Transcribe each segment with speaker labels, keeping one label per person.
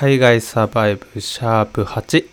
Speaker 1: 海外サバイブシャープ8。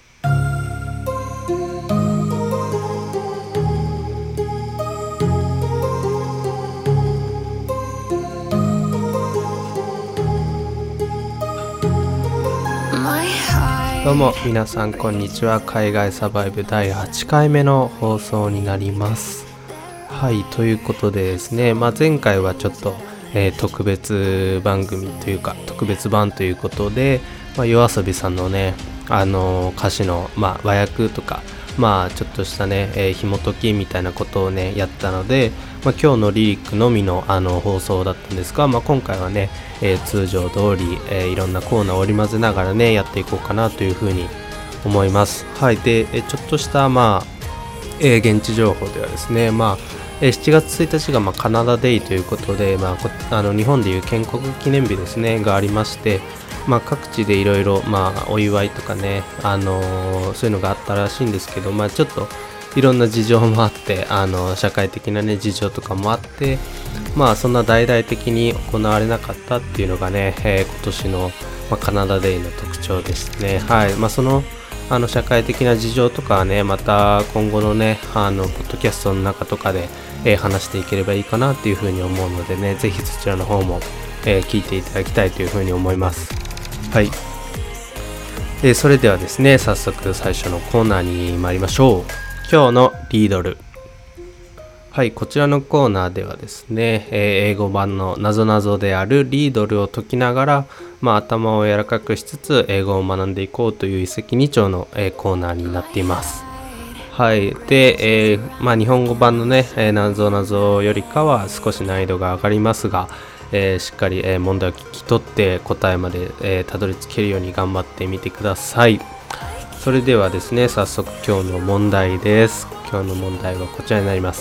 Speaker 1: どうも皆さんこんにちは。海外サバイブ第8回目の放送になります。はい、ということでですね、前回はちょっと、特別番組というか特別版ということで、YOASOBIさんのね歌詞の、和訳とかちょっとしたね、紐解きみたいなことをねやったので、今日のリリックのみの放送だったんですが、今回はね、通常通り、いろんなコーナーを織り交ぜながらねやっていこうかなというふうに思います。はい、でちょっとした現地情報ではですね、7月1日がカナダデイということで、日本でいう建国記念日ですねがありまして、各地でいろいろお祝いとかね、そういうのがあったらしいんですけど、ちょっといろんな事情もあって、社会的なね事情とかもあって、そんな大々的に行われなかったっていうのがね、今年の、カナダデイの特徴でしたね。はい、その社会的な事情とかはね、また今後のねポッドキャストの中とかで、話していければいいかなっていうふうに思うのでね、ぜひそちらの方も、聞いていただきたいというふうに思います。はい、それではですね、早速最初のコーナーに参りましょう。今日のリードル。はい、こちらのコーナーではですね、英語版のなぞなぞであるリードルを解きながら、頭を柔らかくしつつ英語を学んでいこうという一石二鳥の、コーナーになっています。はい、で、日本語版のね、なぞなぞよりかは少し難易度が上がりますが、しっかり、問題を聞き取って答えまで、たどり着けるように頑張ってみてください。それではですね、早速今日の問題です。今日の問題はこちらになります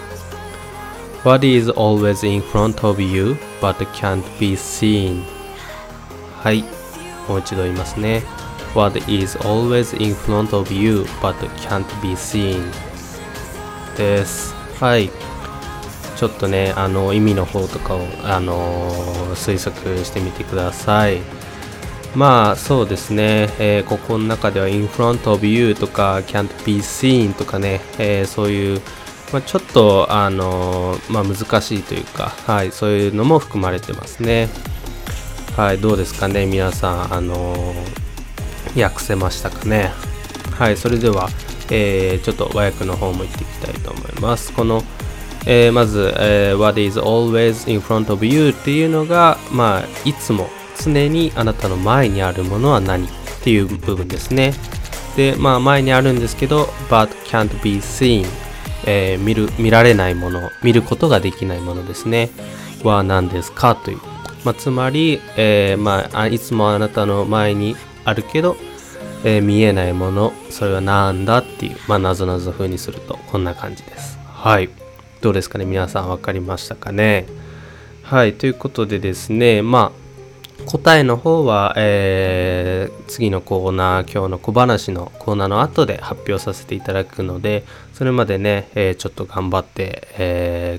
Speaker 1: 。What is always in front of you but can't be seen? はい、もう一度言いますね。What is always in front of you but can't be seen? です。はい、ちょっとね意味の方とかを推測してみてください。そうですね、ここの中では in front of you とか can't be seen とかね、そういうちょっと難しいというか、はい、そういうのも含まれてますね。はい、どうですかね皆さん、訳せましたかね。はい、それでは、ちょっと和訳の方も言っていきたいと思います。この、まず、What is always in front of you っていうのが、いつも常にあなたの前にあるものは何っていう部分ですね。で、前にあるんですけど But can't be seen、見られないもの、見ることができないものですねは何ですかという、つまり、いつもあなたの前にあるけど、見えないもの、それはなんだっていう、なぞなぞ風にするとこんな感じです。はい、どうですかね皆さん、分かりましたかね。はい、ということでですね、答えの方は、次のコーナー、今日の小話のコーナーの後で発表させていただくので、それまでね、ちょっと頑張って、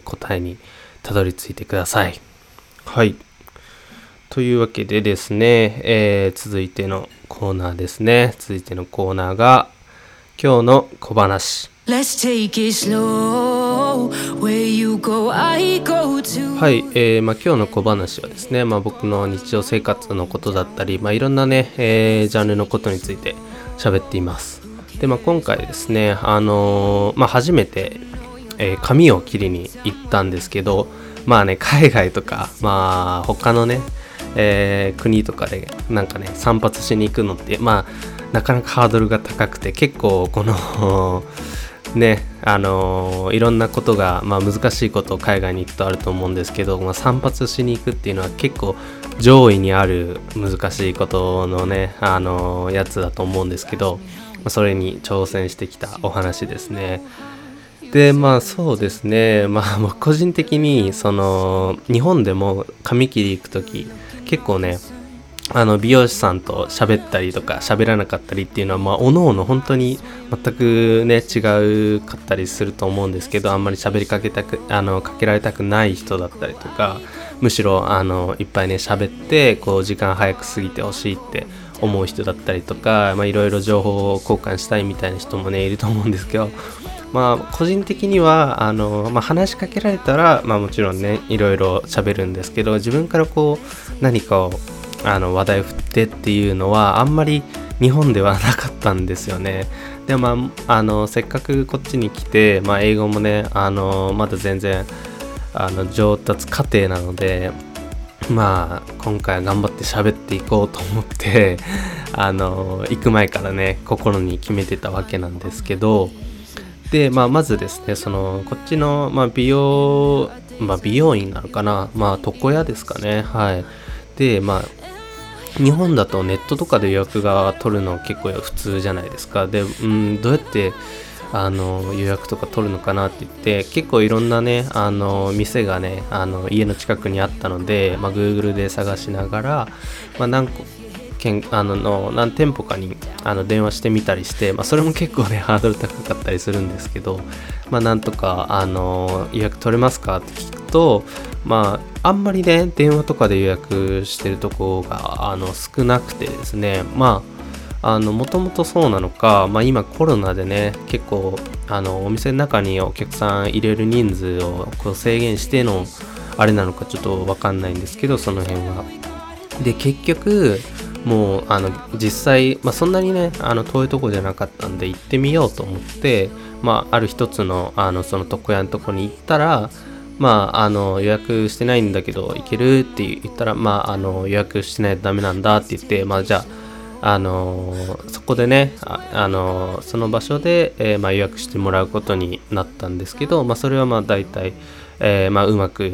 Speaker 1: 答えにたどり着いてください。はい、というわけでですね、続いてのコーナーですね。続いてのコーナーが今日の小話。Let's take it slow. Where you go, I go too. はい、今日の小話はですね、僕の日常生活のことだったり、いろんなね、ジャンルのことについて喋っています。で、今回ですね、初めて、髪を切りに行ったんですけど、海外とか、他のね、国とかで散髪しに行くのってなかなかハードルが高くて、結構このねいろんなことが、難しいことを海外に行くとあると思うんですけど、散髪しに行くっていうのは結構上位にある難しいことのねやつだと思うんですけど、それに挑戦してきたお話ですね。でそうですね、僕個人的に日本でも髪切り行くとき結構ね美容師さんと喋ったりとか喋らなかったりっていうのはおのおの本当に全くね違うかったりすると思うんですけど、あんまり喋りかけられたくない人だったりとか、むしろいっぱいね喋って時間早く過ぎてほしいって思う人だったりとか、いろいろ情報交換したいみたいな人もねいると思うんですけど、個人的には話しかけられたら、もちろんねいろいろ喋るんですけど、自分からこう何かを話題を振ってっていうのはあんまり日本ではなかったんですよね。でせっかくこっちに来て、英語もねまだ全然上達過程なので、今回は頑張って喋っていこうと思って行く前からね心に決めてたわけなんですけど、でまずですね、こっちの、美容院なのかな、床屋ですかね。はい。で日本だとネットとかで予約が取るの結構普通じゃないですか。で、どうやって予約とか取るのかなって言って、結構いろんなね店がね家の近くにあったので、Google で探しながら、何店舗かに電話してみたりして、それも結構ねハードル高かったりするんですけど、なんとか予約取れますかって聞くと、あんまりね電話とかで予約してるとこが少なくてですね、もともとそうなのか、今コロナでね結構お店の中にお客さん入れる人数をこう制限してのあれなのかちょっと分かんないんですけど、その辺は。で結局もう実際、そんなにね遠いとこじゃなかったんで行ってみようと思って、ある一つのその床屋のとこに行ったら、予約してないんだけど行けるって言ったら、予約しないとダメなんだって言って、じゃあそこでねその場所で、予約してもらうことになったんですけど、それは大体、うまくいって、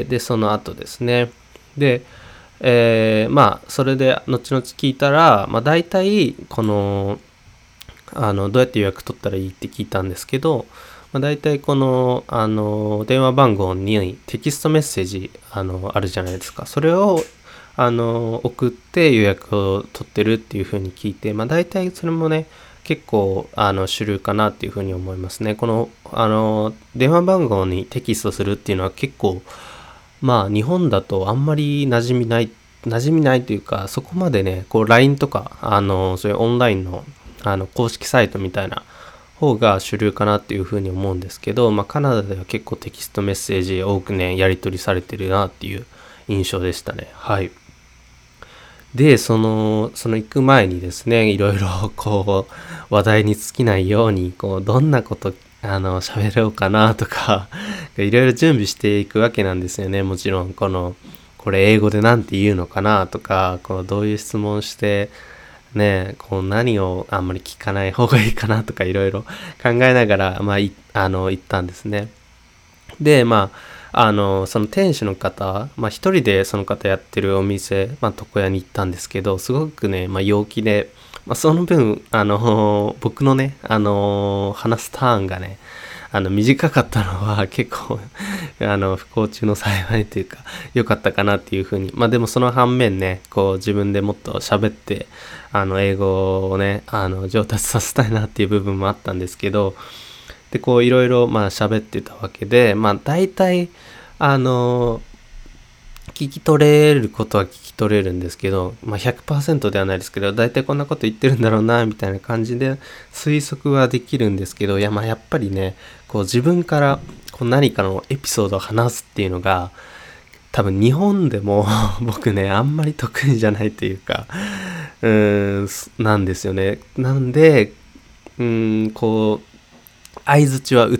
Speaker 1: でその後ですね、でそれで後々聞いたら、大体このどうやって予約取ったらいいって聞いたんですけど、大体この電話番号にテキストメッセージあるじゃないですか。それを送って予約を取ってるっていう風に聞いて、大体それもね結構主流かなっていう風に思いますね。この電話番号にテキストするっていうのは結構日本だとあんまり馴染みないというか、そこまでねこう LINE とかそういうオンラインの公式サイトみたいな方が主流かなっていうふうに思うんですけど、カナダでは結構テキストメッセージ多くねやり取りされてるなっていう印象でしたね。はい。でその行く前にですね、いろいろこう話題に尽きないようにこうどんなこと喋ろうかなとかいろいろ準備していくわけなんですよね。もちろんこれ英語でなんて言うのかなとか、どういう質問してね何をあんまり聞かない方がいいかなとかいろいろ考えながら行ったんですね。でその店主の方、一人でその方やってるお店、床屋に行ったんですけど、すごくね、陽気で、その分僕のね話すターンがね短かったのは結構不幸中の幸いというか良かったかなっていうふうに、でもその反面ねこう自分でもっと喋って英語をね上達させたいなっていう部分もあったんですけど、でこういろいろ喋ってたわけで、大体聞き取れることは聞き取れるんですけど、100% ではないですけど、大体こんなこと言ってるんだろうなみたいな感じで推測はできるんですけど、やっぱりねこう自分からこう何かのエピソードを話すっていうのが多分日本でも僕ねあんまり得意じゃないというかなんですよね。なんでこう相槌は打って、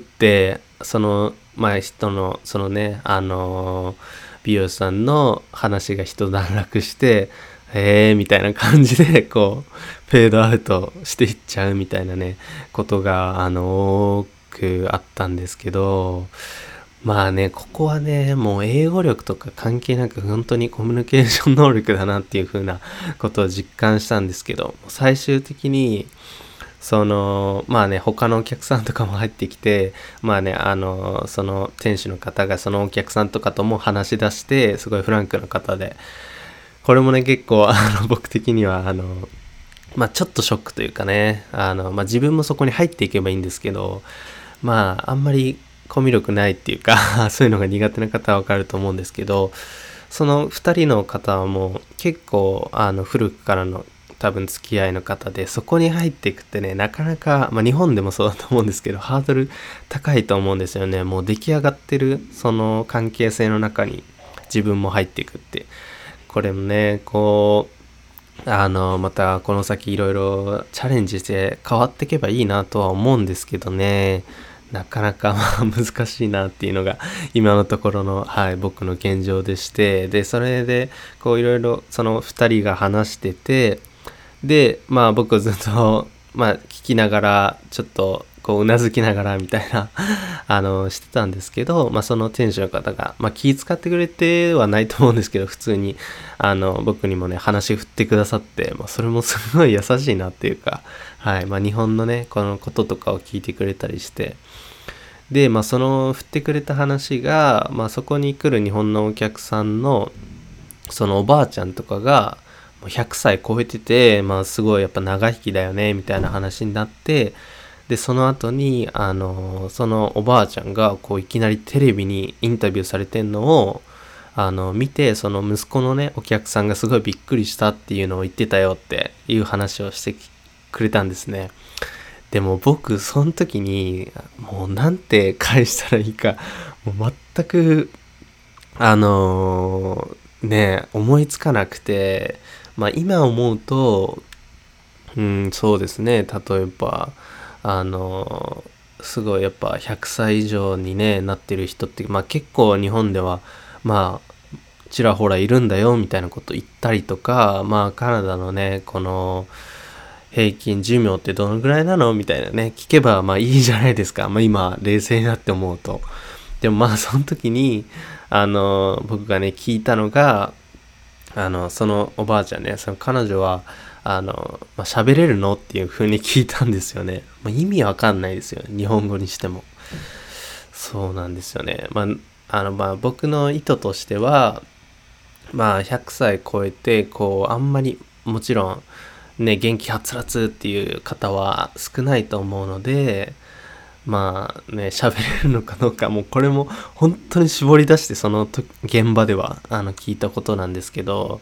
Speaker 1: その人のそのね美容師さんの話が一段落してみたいな感じでこうフェードアウトしていっちゃうみたいなねことが多くあったんですけど、ここはねもう英語力とか関係なく本当にコミュニケーション能力だなっていう風なことを実感したんですけど、最終的に他のお客さんとかも入ってきて、その店主の方がそのお客さんとかとも話し出して、すごいフランクな方で、これもね結構僕的にはちょっとショックというかね、自分もそこに入っていけばいいんですけど、あんまりコミュ力ないっていうかそういうのが苦手な方はわかると思うんですけど、その2人の方はもう結構古くからの多分付き合いの方で、そこに入っていくってね、なかなか、日本でもそうだと思うんですけど、ハードル高いと思うんですよね。もう出来上がってるその関係性の中に自分も入っていくって、これもね、またこの先いろいろチャレンジして変わっていけばいいなとは思うんですけどね、なかなか難しいなっていうのが今のところの、僕の現状でして、でそれでいろいろその2人が話してて、で僕ずっと聞きながらちょっとうなずきながらみたいなしてたんですけど、その店主の方が、気遣ってくれてはないと思うんですけど、普通に僕にもね話振ってくださって、それもすごい優しいなっていうか、日本のねこのこととかを聞いてくれたりして、でその振ってくれた話が、そこに来る日本のお客さんのそのおばあちゃんとかがもう100歳超えてて、すごいやっぱ長生きだよねみたいな話になって、でその後にそのおばあちゃんがいきなりテレビにインタビューされてんのを見て、その息子のねお客さんがすごいびっくりしたっていうのを言ってたよっていう話をしてくれたんですね。でも僕その時にもうなんて返したらいいかもう全く思いつかなくて、今思うとそうですね、例えばすごいやっぱ100歳以上に、なってる人って、結構日本ではちらほらいるんだよみたいなこと言ったりとか、カナダのねこの平均寿命ってどのぐらいなのみたいなね聞けばいいじゃないですか。今冷静になって思うと。でもその時に僕がね聞いたのがそのおばあちゃんね、その彼女は喋れるのっていう風に聞いたんですよね。意味わかんないですよね、日本語にしても。そうなんですよね。僕の意図としては100歳超えてあんまりもちろんね元気はつらつっていう方は少ないと思うので、喋れるのかどうか、もうこれも本当に絞り出してその現場では聞いたことなんですけど、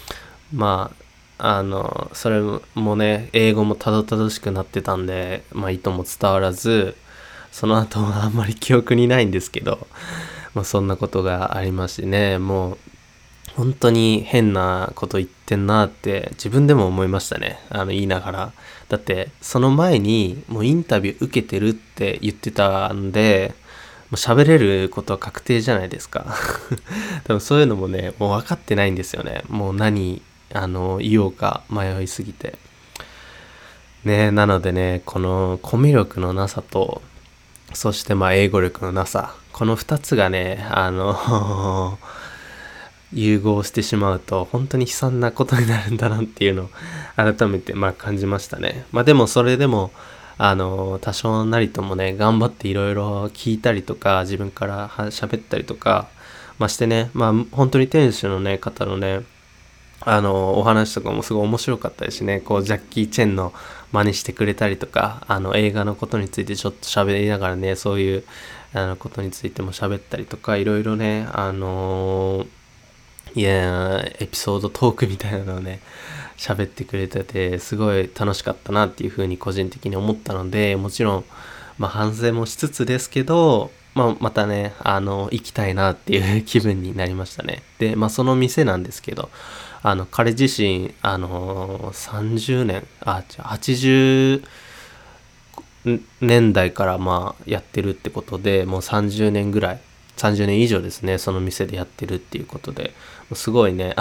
Speaker 1: それもね英語もたどたどしくなってたんで、意図も伝わらず、その後はあんまり記憶にないんですけど、そんなことがありましてね、もう本当に変なこと言ってんなって自分でも思いましたね、言いながら。だってその前にもうインタビュー受けてるって言ってたんで、もう喋れることは確定じゃないですか多分そういうのもねもう分かってないんですよね。もう何言おうか迷いすぎてね。なのでね、このコミュ力のなさと、そして英語力のなさ、この2つがね融合してしまうと本当に悲惨なことになるんだなっていうのを改めて感じましたね。でもそれでも多少なりともね頑張っていろいろ聞いたりとか、自分から喋ったりとかしてね、本当に店主のね方のねお話とかもすごい面白かったですしね、ジャッキー・チェンの真似してくれたりとか、映画のことについてちょっと喋りながらね、そういうことについても喋ったりとか、いろいろねエピソードトークみたいなのをね喋ってくれてて、すごい楽しかったなっていうふうに個人的に思ったので、もちろん反省もしつつですけど、またね行きたいなっていう気分になりましたね。でその店なんですけど、彼自身30年80年代からやってるってことで、もう30年ぐらい30年以上ですね、その店でやってるっていうことで、すごいね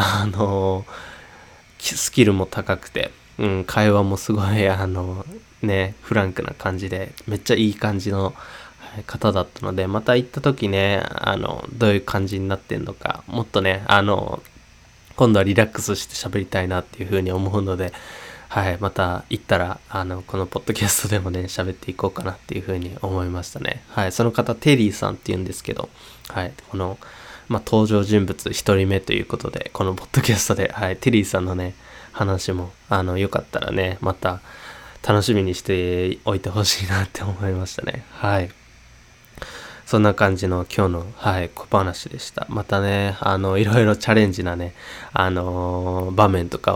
Speaker 1: スキルも高くて、会話もすごいフランクな感じで、めっちゃいい感じの方だったので、また行った時ねどういう感じになってんのか、もっとね今度はリラックスして喋りたいなっていう風に思うので、また行ったらこのポッドキャストでもね喋っていこうかなっていう風に思いましたね。その方テリーさんっていうんですけど、この登場人物一人目ということで、このポッドキャストで、テリーさんのね話もよかったらねまた楽しみにしておいてほしいなって思いましたね。そんな感じの今日の小話でした。またねいろいろチャレンジなね場面とかは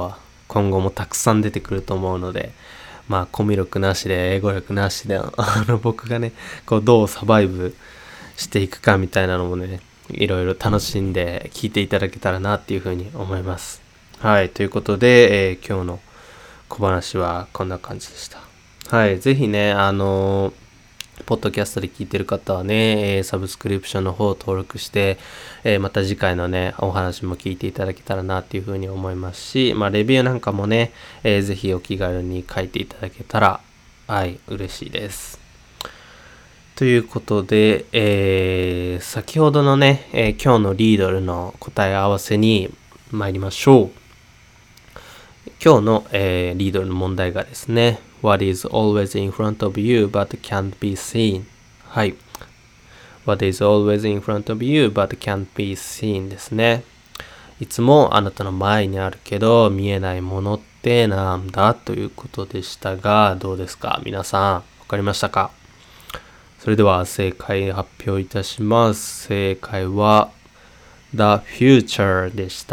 Speaker 1: 今後もたくさん出てくると思うので、まあコミュ力なしで英語力なしで僕がねこうどうサバイブしていくかみたいなのもねいろいろ楽しんで聞いていただけたらなっていうふうに思います。はい、ということで、今日の小話はこんな感じでした。はい、ぜひねポッドキャストで聞いてる方はね、サブスクリプションの方を登録して、また次回のねお話も聞いていただけたらなっていうふうに思いますし、まあレビューなんかもね、ぜひお気軽に書いていただけたら嬉しいです。ということで、先ほどのね、今日のリードルの答え合わせに参りましょう。今日の、リードルの問題がですね、What is always in front of you but can't be seen? はい。What is always in front of you but can't be seen ですね。いつもあなたの前にあるけど見えないものってなんだということでしたが、どうですか皆さん、わかりましたか？それでは正解発表いたします。正解は The Future でした。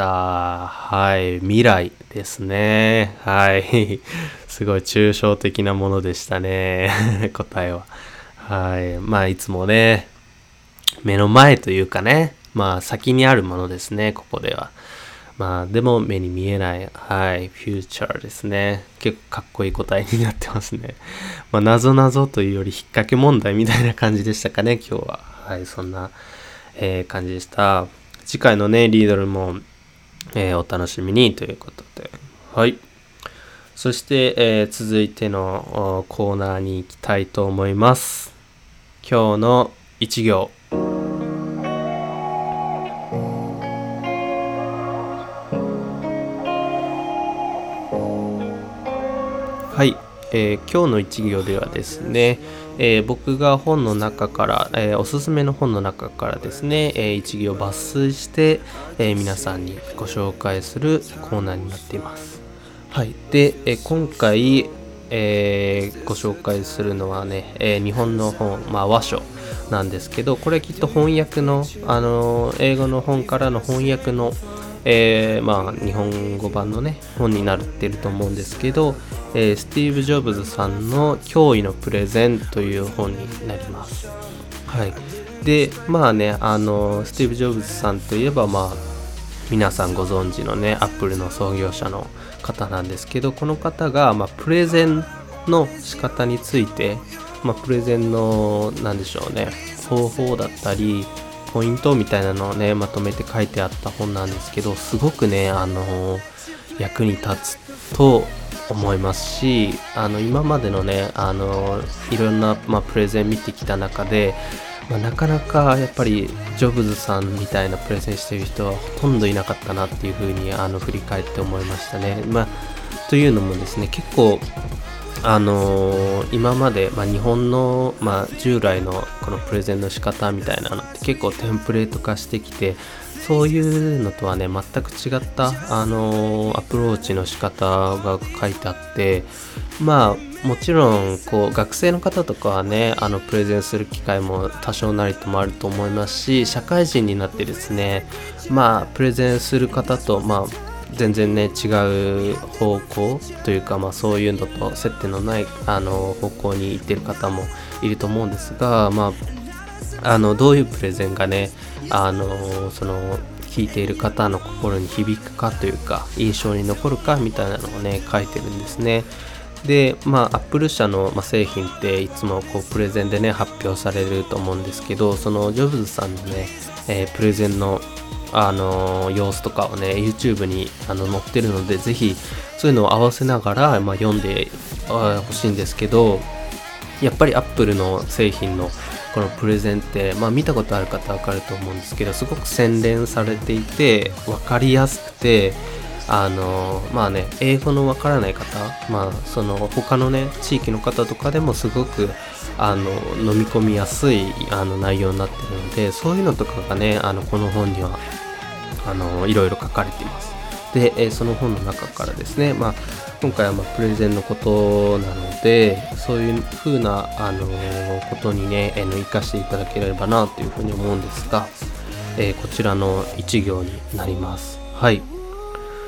Speaker 1: はい、未来ですね。はい、すごい抽象的なものでしたね。答えは。はい、まあいつもね、目の前というかね、まあ先にあるものですね、ここでは。まあでも目に見えない、はい、フューチャーですね。結構かっこいい答えになってますね。まあ謎々というより引っ掛け問題みたいな感じでしたかね、今日は。はい、そんな、感じでした。次回のね、リードルも、お楽しみにということで。はい。そして、続いてのコーナーに行きたいと思います。今日の一行。はい、今日の一行ではですね、僕が本の中から、おすすめの本の中からですね、一行抜粋して、皆さんにご紹介するコーナーになっています。はい、で、今回、ご紹介するのはね、日本の本、まあ和書なんですけど、これきっと翻訳の、英語の本からの翻訳のまあ日本語版のね本になってると思うんですけど、スティーブ・ジョブズさんの驚異のプレゼンという本になります。はい。でまあねスティーブ・ジョブズさんといえばまあ皆さんご存知のねアップルの創業者の方なんですけど、この方がまあプレゼンの仕方について、まあプレゼンのなんでしょうね方法だったりポイントみたいなのをねまとめて書いてあった本なんですけど、すごくね役に立つと思いますし、今までのねいろんな、まあ、プレゼン見てきた中で、まあ、なかなかやっぱりジョブズさんみたいなプレゼンしてる人はほとんどいなかったなっていうふうに振り返って思いましたね。まあ、というのもですね、結構今まで、まあ、日本の、まあ、従来のこのプレゼンの仕方みたいなのって結構テンプレート化してきて、そういうのとはね全く違ったアプローチの仕方が書いてあって、まあもちろんこう学生の方とかはねプレゼンする機会も多少なりともあると思いますし、社会人になってですねまあプレゼンする方とまあ全然ね違う方向というか、まあそういうのと接点のない方向に行ってる方もいると思うんですが、まあどういうプレゼンがねその聞いている方の心に響くかというか印象に残るかみたいなのをね書いてるんですね。でまあアップル社の、まあ、製品っていつもこうプレゼンでね発表されると思うんですけど、そのジョブズさんのね、プレゼンの様子とかをね YouTube に載ってるので、ぜひそういうのを合わせながら、まあ、読んでほしいんですけど、やっぱり Apple の製品のこのプレゼンって、まあ、見たことある方は分かると思うんですけど、すごく洗練されていて分かりやすくて、まあね英語の分からない方、まあその他のね地域の方とかでもすごく飲み込みやすい内容になっているので、そういうのとかがねこの本にはいろいろ書かれています。で、その本の中からですね、まあ、今回はまあプレゼンのことなので、そういう風なことにね活かしていただければなというふうに思うんですが、こちらの一行になります。はい。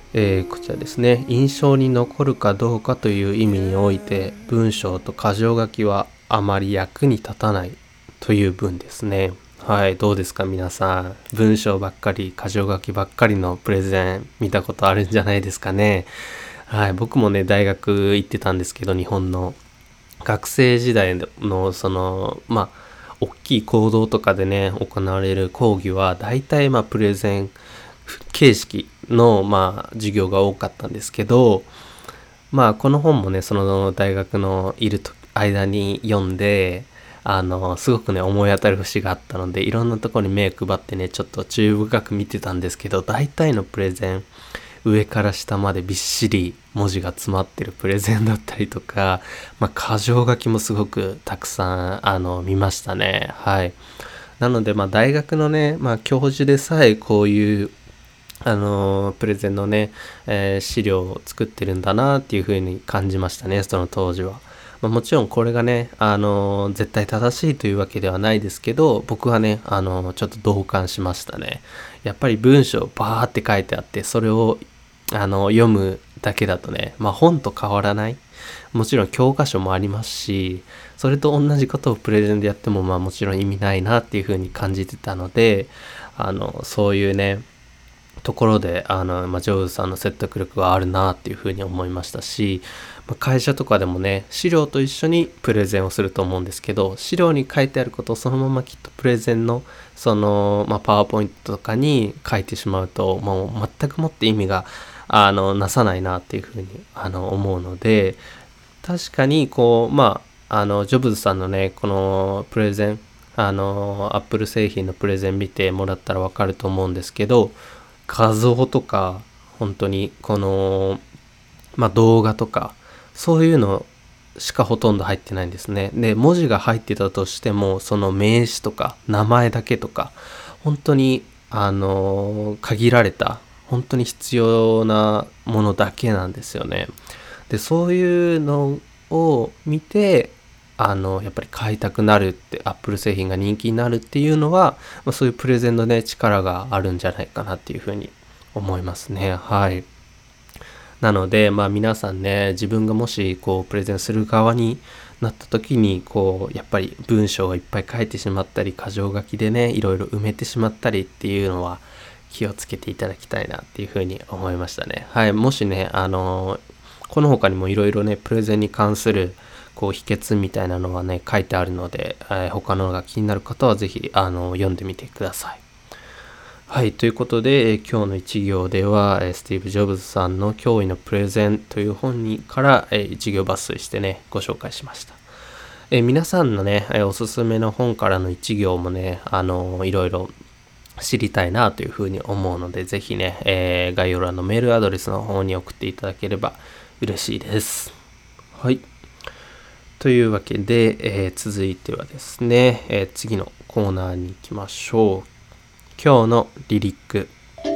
Speaker 1: こちらですね。印象に残るかどうかという意味において、文章と箇条書きはあまり役に立たないという文ですね。はい、どうですか皆さん。文章ばっかり、箇条書きばっかりのプレゼン見たことあるんじゃないですかね。はい、僕もね、大学行ってたんですけど、日本の学生時代の大きい講堂とかでね、行われる講義は、大体プレゼン形式の授業が多かったんですけど、この本もねその大学のいる間に読んで、すごくね思い当たる節があったので、いろんなところに目配ってねちょっと注意深く見てたんですけど、大体のプレゼン上から下までびっしり文字が詰まってるプレゼンだったりとか、箇条書きもすごくたくさん見ましたね。はい。なので大学のね、教授でさえこういうプレゼンのね、資料を作ってるんだなっていう風に感じましたね、その当時は。もちろんこれがね、絶対正しいというわけではないですけど、僕はね、ちょっと同感しましたね。やっぱり文章バーって書いてあって、それを読むだけだとね、本と変わらない。もちろん教科書もありますし、それと同じことをプレゼンでやってももちろん意味ないなっていう風に感じてたので、そういうねところでジョブズさんの説得力があるなっていうふうに思いましたし、会社とかでもね資料と一緒にプレゼンをすると思うんですけど、資料に書いてあることをそのままきっとプレゼンのその、パワーポイントとかに書いてしまうともう全くもって意味がなさないなっていうふうに思うので、確かにこうジョブズさんのねこのプレゼンアップル製品のプレゼン見てもらったらわかると思うんですけど、画像とか本当にこの動画とかそういうのしかほとんど入ってないんですね。で文字が入ってたとしてもその名詞とか名前だけとか本当に限られた本当に必要なものだけなんですよね。でそういうのを見てやっぱり買いたくなるって、アップル製品が人気になるっていうのは、そういうプレゼンのね力があるんじゃないかなっていうふうに思いますね。はい。なので皆さんね、自分がもしこうプレゼンする側になった時にこうやっぱり文章をいっぱい書いてしまったり、箇条書きでねいろいろ埋めてしまったりっていうのは気をつけていただきたいなっていうふうに思いましたね。はい。もしねこの他にもいろいろねプレゼンに関するこう秘訣みたいなのがね書いてあるので、他のが気になる方はぜひ読んでみてください。はい、ということで、今日の一行では、スティーブ・ジョブズさんの驚異のプレゼンという本から、一行抜粋してねご紹介しました。皆さんのね、おすすめの本からの一行もねいろいろ知りたいなというふうに思うので、ぜひね、概要欄のメールアドレスの方に送っていただければ嬉しいです。はい。というわけで、続いてはですね、次のコーナーに行きましょう。今日のリリック。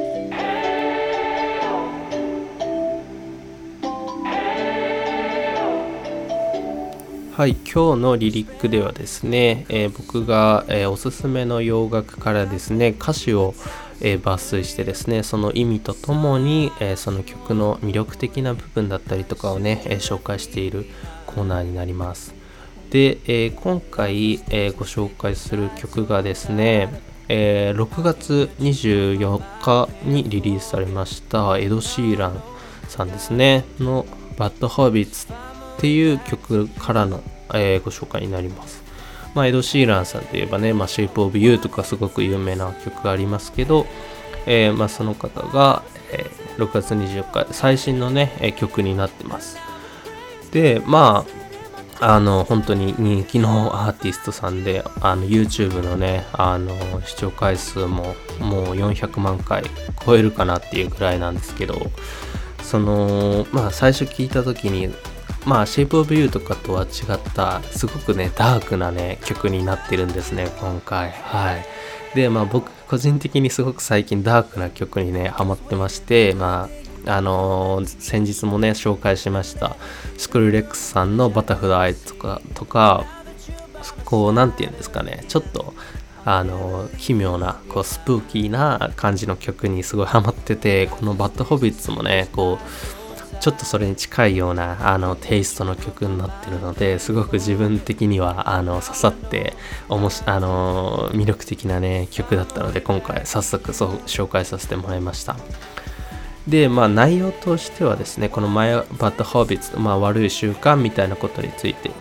Speaker 1: はい、今日のリリックではですね、僕が、おすすめの洋楽からですね歌詞を、抜粋してですね、その意味とともに、その曲の魅力的な部分だったりとかをね、紹介しているコーナーになります。で、今回、ご紹介する曲がですね、6月24日にリリースされましたエド・シーランさんですねのバッドハビッツっていう曲からの、ご紹介になります。エド・シーランさんといえばね、Shape of You とかすごく有名な曲がありますけど、その方が、6月24日最新のね曲になってます。で本当に人気のアーティストさんで、YouTube のね視聴回数ももう400万回超えるかなっていうぐらいなんですけど、その最初聞いた時にShape of You とかとは違ったすごくねダークなね曲になってるんですね今回。はい。で僕個人的にすごく最近ダークな曲にねハマってまして、先日もね紹介しましたスクルレックスさんのバタフライとかこうなんていうんですかね、ちょっと奇妙なこうスプーキーな感じの曲にすごいハマってて、このバッドホビッツもねこうちょっとそれに近いようなテイストの曲になってるので、すごく自分的には刺さって魅力的なね曲だったので、今回早速そう紹介させてもらいました。で、内容としてはですね、このMy Bad Habits、悪い習慣みたいなことについて、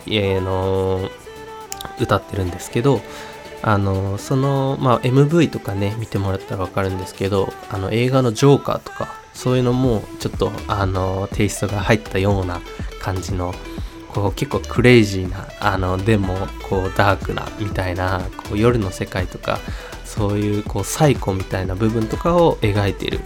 Speaker 1: 歌ってるんですけど、その、MV とかね見てもらったら分かるんですけど、映画のジョーカーとかそういうのもちょっとテイストが入ったような感じの、こう結構クレイジーなでもこうダークなみたいな、こう夜の世界とかそういうこうサイコみたいな部分とかを描いている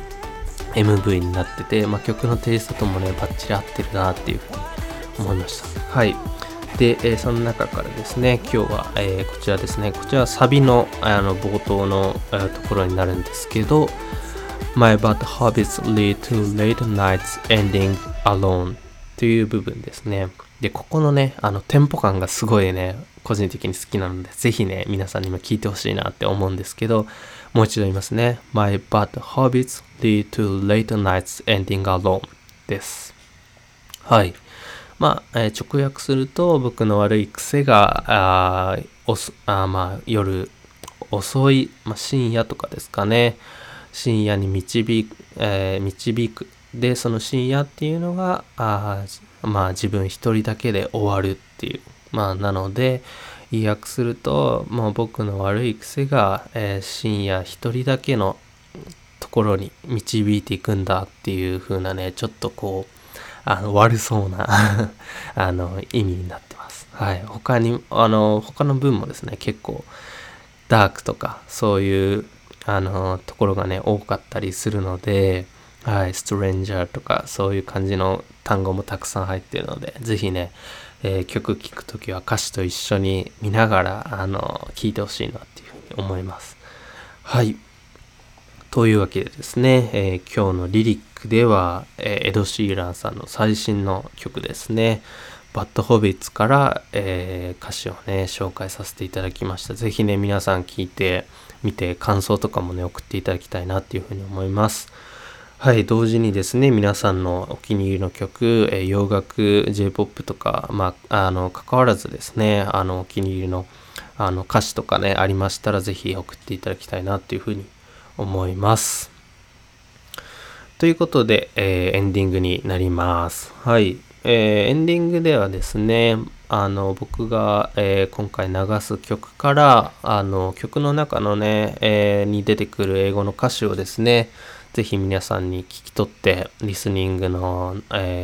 Speaker 1: MV になってて、曲のテイストともねバッチリ合ってるなっていうふうに思いました。はい。で、その中からですね、今日は、こちらですね、こちらはサビの、冒頭の、ところになるんですけど、My bad habits lead to late nights ending alone という部分ですね。で、ここのね、テンポ感がすごいね、個人的に好きなので、ぜひね、皆さんにも聞いてほしいなって思うんですけど、もう一度言いますね。My bad habits lead to late nights ending alone です。はい。直訳すると、僕の悪い癖が夜遅い、深夜とかですかね、深夜に導く。で、その深夜っていうのが自分一人だけで終わるっていう、なので意訳すると、僕の悪い癖が、深夜一人だけのところに導いていくんだっていう風なね、ちょっとこう悪そうな意味になってます。はい。他の文もですね、結構ダークとかそういうところがね多かったりするので、はい、ストレンジャーとかそういう感じの単語もたくさん入っているので、ぜひね、曲聴くときは歌詞と一緒に見ながら聴いてほしいなっていうふうに思います。はい。というわけでですね、今日のリリックでは、エド・シーランさんの最新の曲ですね、バッドホビッツから、歌詞をね紹介させていただきました。ぜひね皆さん聞いてみて、感想とかもね送っていただきたいなっていうふうに思います。はい。同時にですね、皆さんのお気に入りの曲、洋楽 J-POP とか関わらずですね、お気に入りの歌詞とかねありましたら、ぜひ送っていただきたいなっていうふうに思います。ということで、エンディングになります。はい。エンディングではですね、僕が、今回流す曲から曲の中のね、に出てくる英語の歌詞をですね、ぜひ皆さんに聞き取ってリスニングの、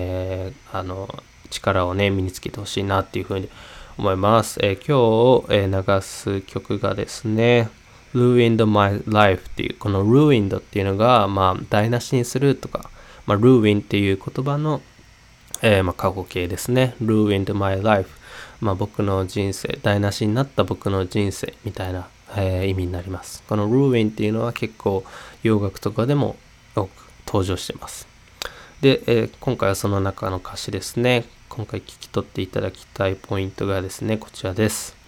Speaker 1: 力をね身につけてほしいなっていうふうに思います。今日、流す曲がですね、ruined my life っていう、この ruined っていうのが台無しにするとか、ruin っていう言葉の過去形ですね。ruined my life、僕の人生、台無しになった僕の人生みたいな、意味になります。この ruin っていうのは結構洋楽とかでも多く登場しています。で、今回はその中の歌詞ですね。今回聞き取っていただきたいポイントがですね、こちらです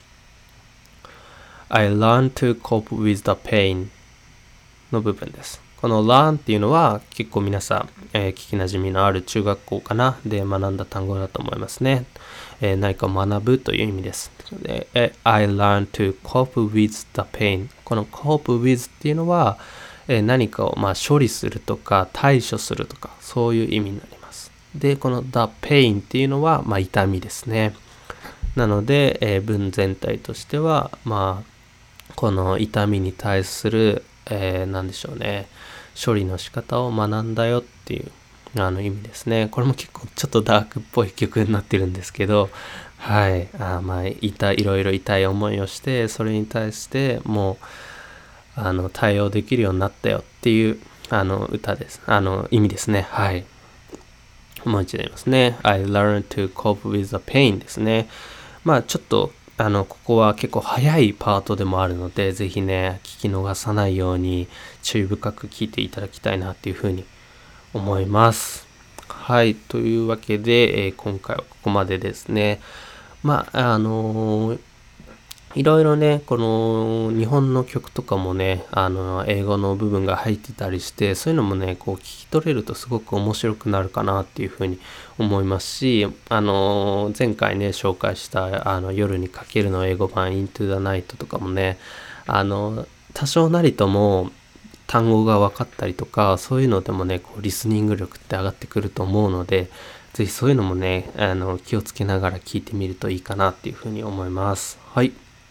Speaker 1: 。I learn to cope with the pain の部分です。この learn っていうのは結構皆さん、聞きなじみのある中学校かなで学んだ単語だと思いますね。何か学ぶという意味です。で、I learn to cope with the pain。この cope with っていうのは、何かを処理するとか対処するとかそういう意味になります。で、この the pain っていうのは痛みですね。なので、文全体としてはこの痛みに対する、何でしょうね、処理の仕方を学んだよっていう意味ですね。これも結構ちょっとダークっぽい曲になってるんですけど、はい。いろいろ痛い思いをして、それに対してもう対応できるようになったよっていう歌です。意味ですね。はい。もう一度言いますね。I learned to cope with the pain ですね。ちょっとここは結構早いパートでもあるので、ぜひね聞き逃さないように注意深く聞いていただきたいなっていうふうに思います。はい。というわけで、今回はここまでですね。 いろいろね、この日本の曲とかもね、英語の部分が入ってたりして、そういうのもね、こう聞き取れるとすごく面白くなるかなっていうふうに思いますし、前回ね、紹介した夜にかけるの英語版 Into the Night とかもね、多少なりとも単語が分かったりとか、そういうのでもね、こうリスニング力って上がってくると思うので、ぜひそういうのもね、気をつけながら聞いてみるといいかなっていうふうに思います。はい。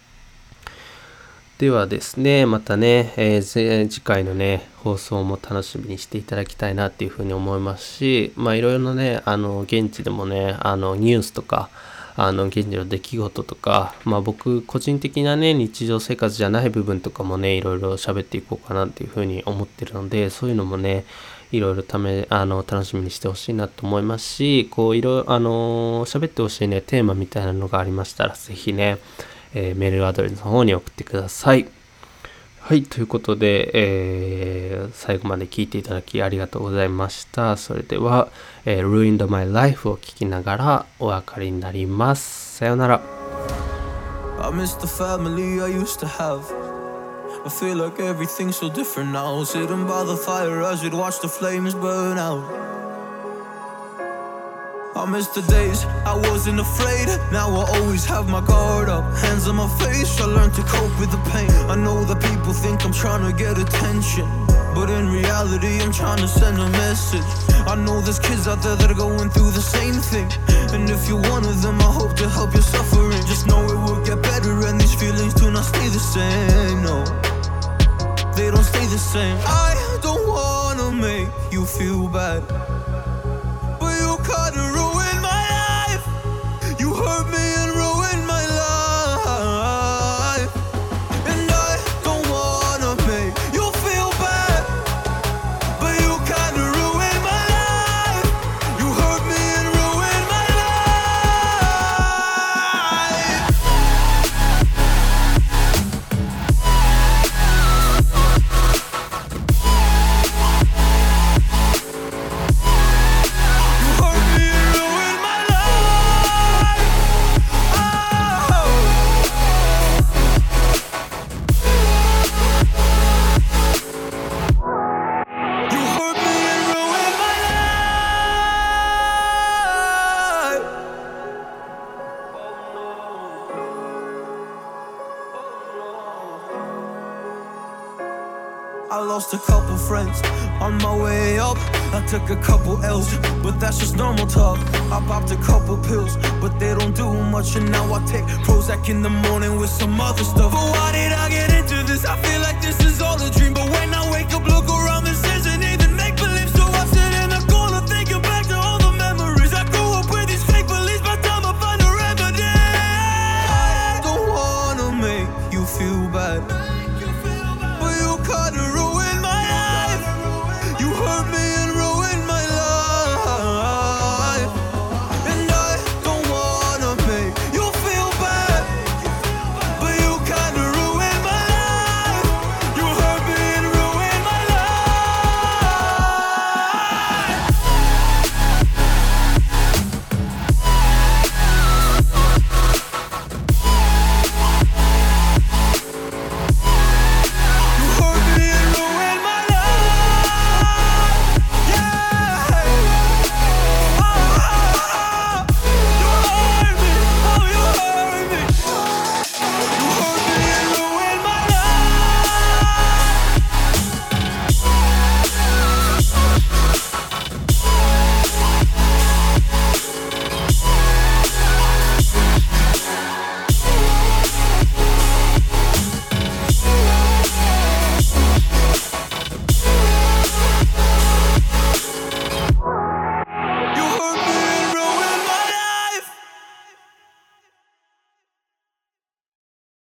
Speaker 1: ではですね、またね、次回のね、放送も楽しみにしていただきたいなっていうふうに思いますし、いろいろなね、現地でもね、ニュースとか、現地の出来事とか、僕個人的なね、日常生活じゃない部分とかもね、いろいろ喋っていこうかなっていうふうに思ってるので、そういうのもね、いろいろ楽しみにしてほしいなと思いますし、こういろいろ喋ってほしいね、テーマみたいなのがありましたら、ぜひね、メールアドレスの方に送ってください。はい、ということで、最後まで聞いていただきありがとうございました。それでは、Ruined My Life を聞きながらお別れになります。さようなら。I miss the family I used to have. I feel like everything's so different now. Sitting by the fire as we'd watch the flames burn out.I miss the days I wasn't afraid. Now I always have my guard up. Hands on my face, I learned to cope with the pain. I know that people think I'm trying to get attention, but in reality I'm trying to send a message. I know there's kids out there that are going through the same thing, and if you're one of them, I hope to help your suffering. Just know it will get better, and these feelings do not stay the same. No, they don't stay the same. I don't wanna make you feel bad, but you gotta ruin my life. You hurt me and ruined my life, and I don't wanna make you feel bad, but you gotta ruin my life. You hurt me and ruined my life. I lost a couple friends on my way up. I took a couple L's, but that's just normal talk. I popped a couple pills, but they don't do much. And now I take Prozac in the morning with some other stuff. But why did I get into this? I feel like this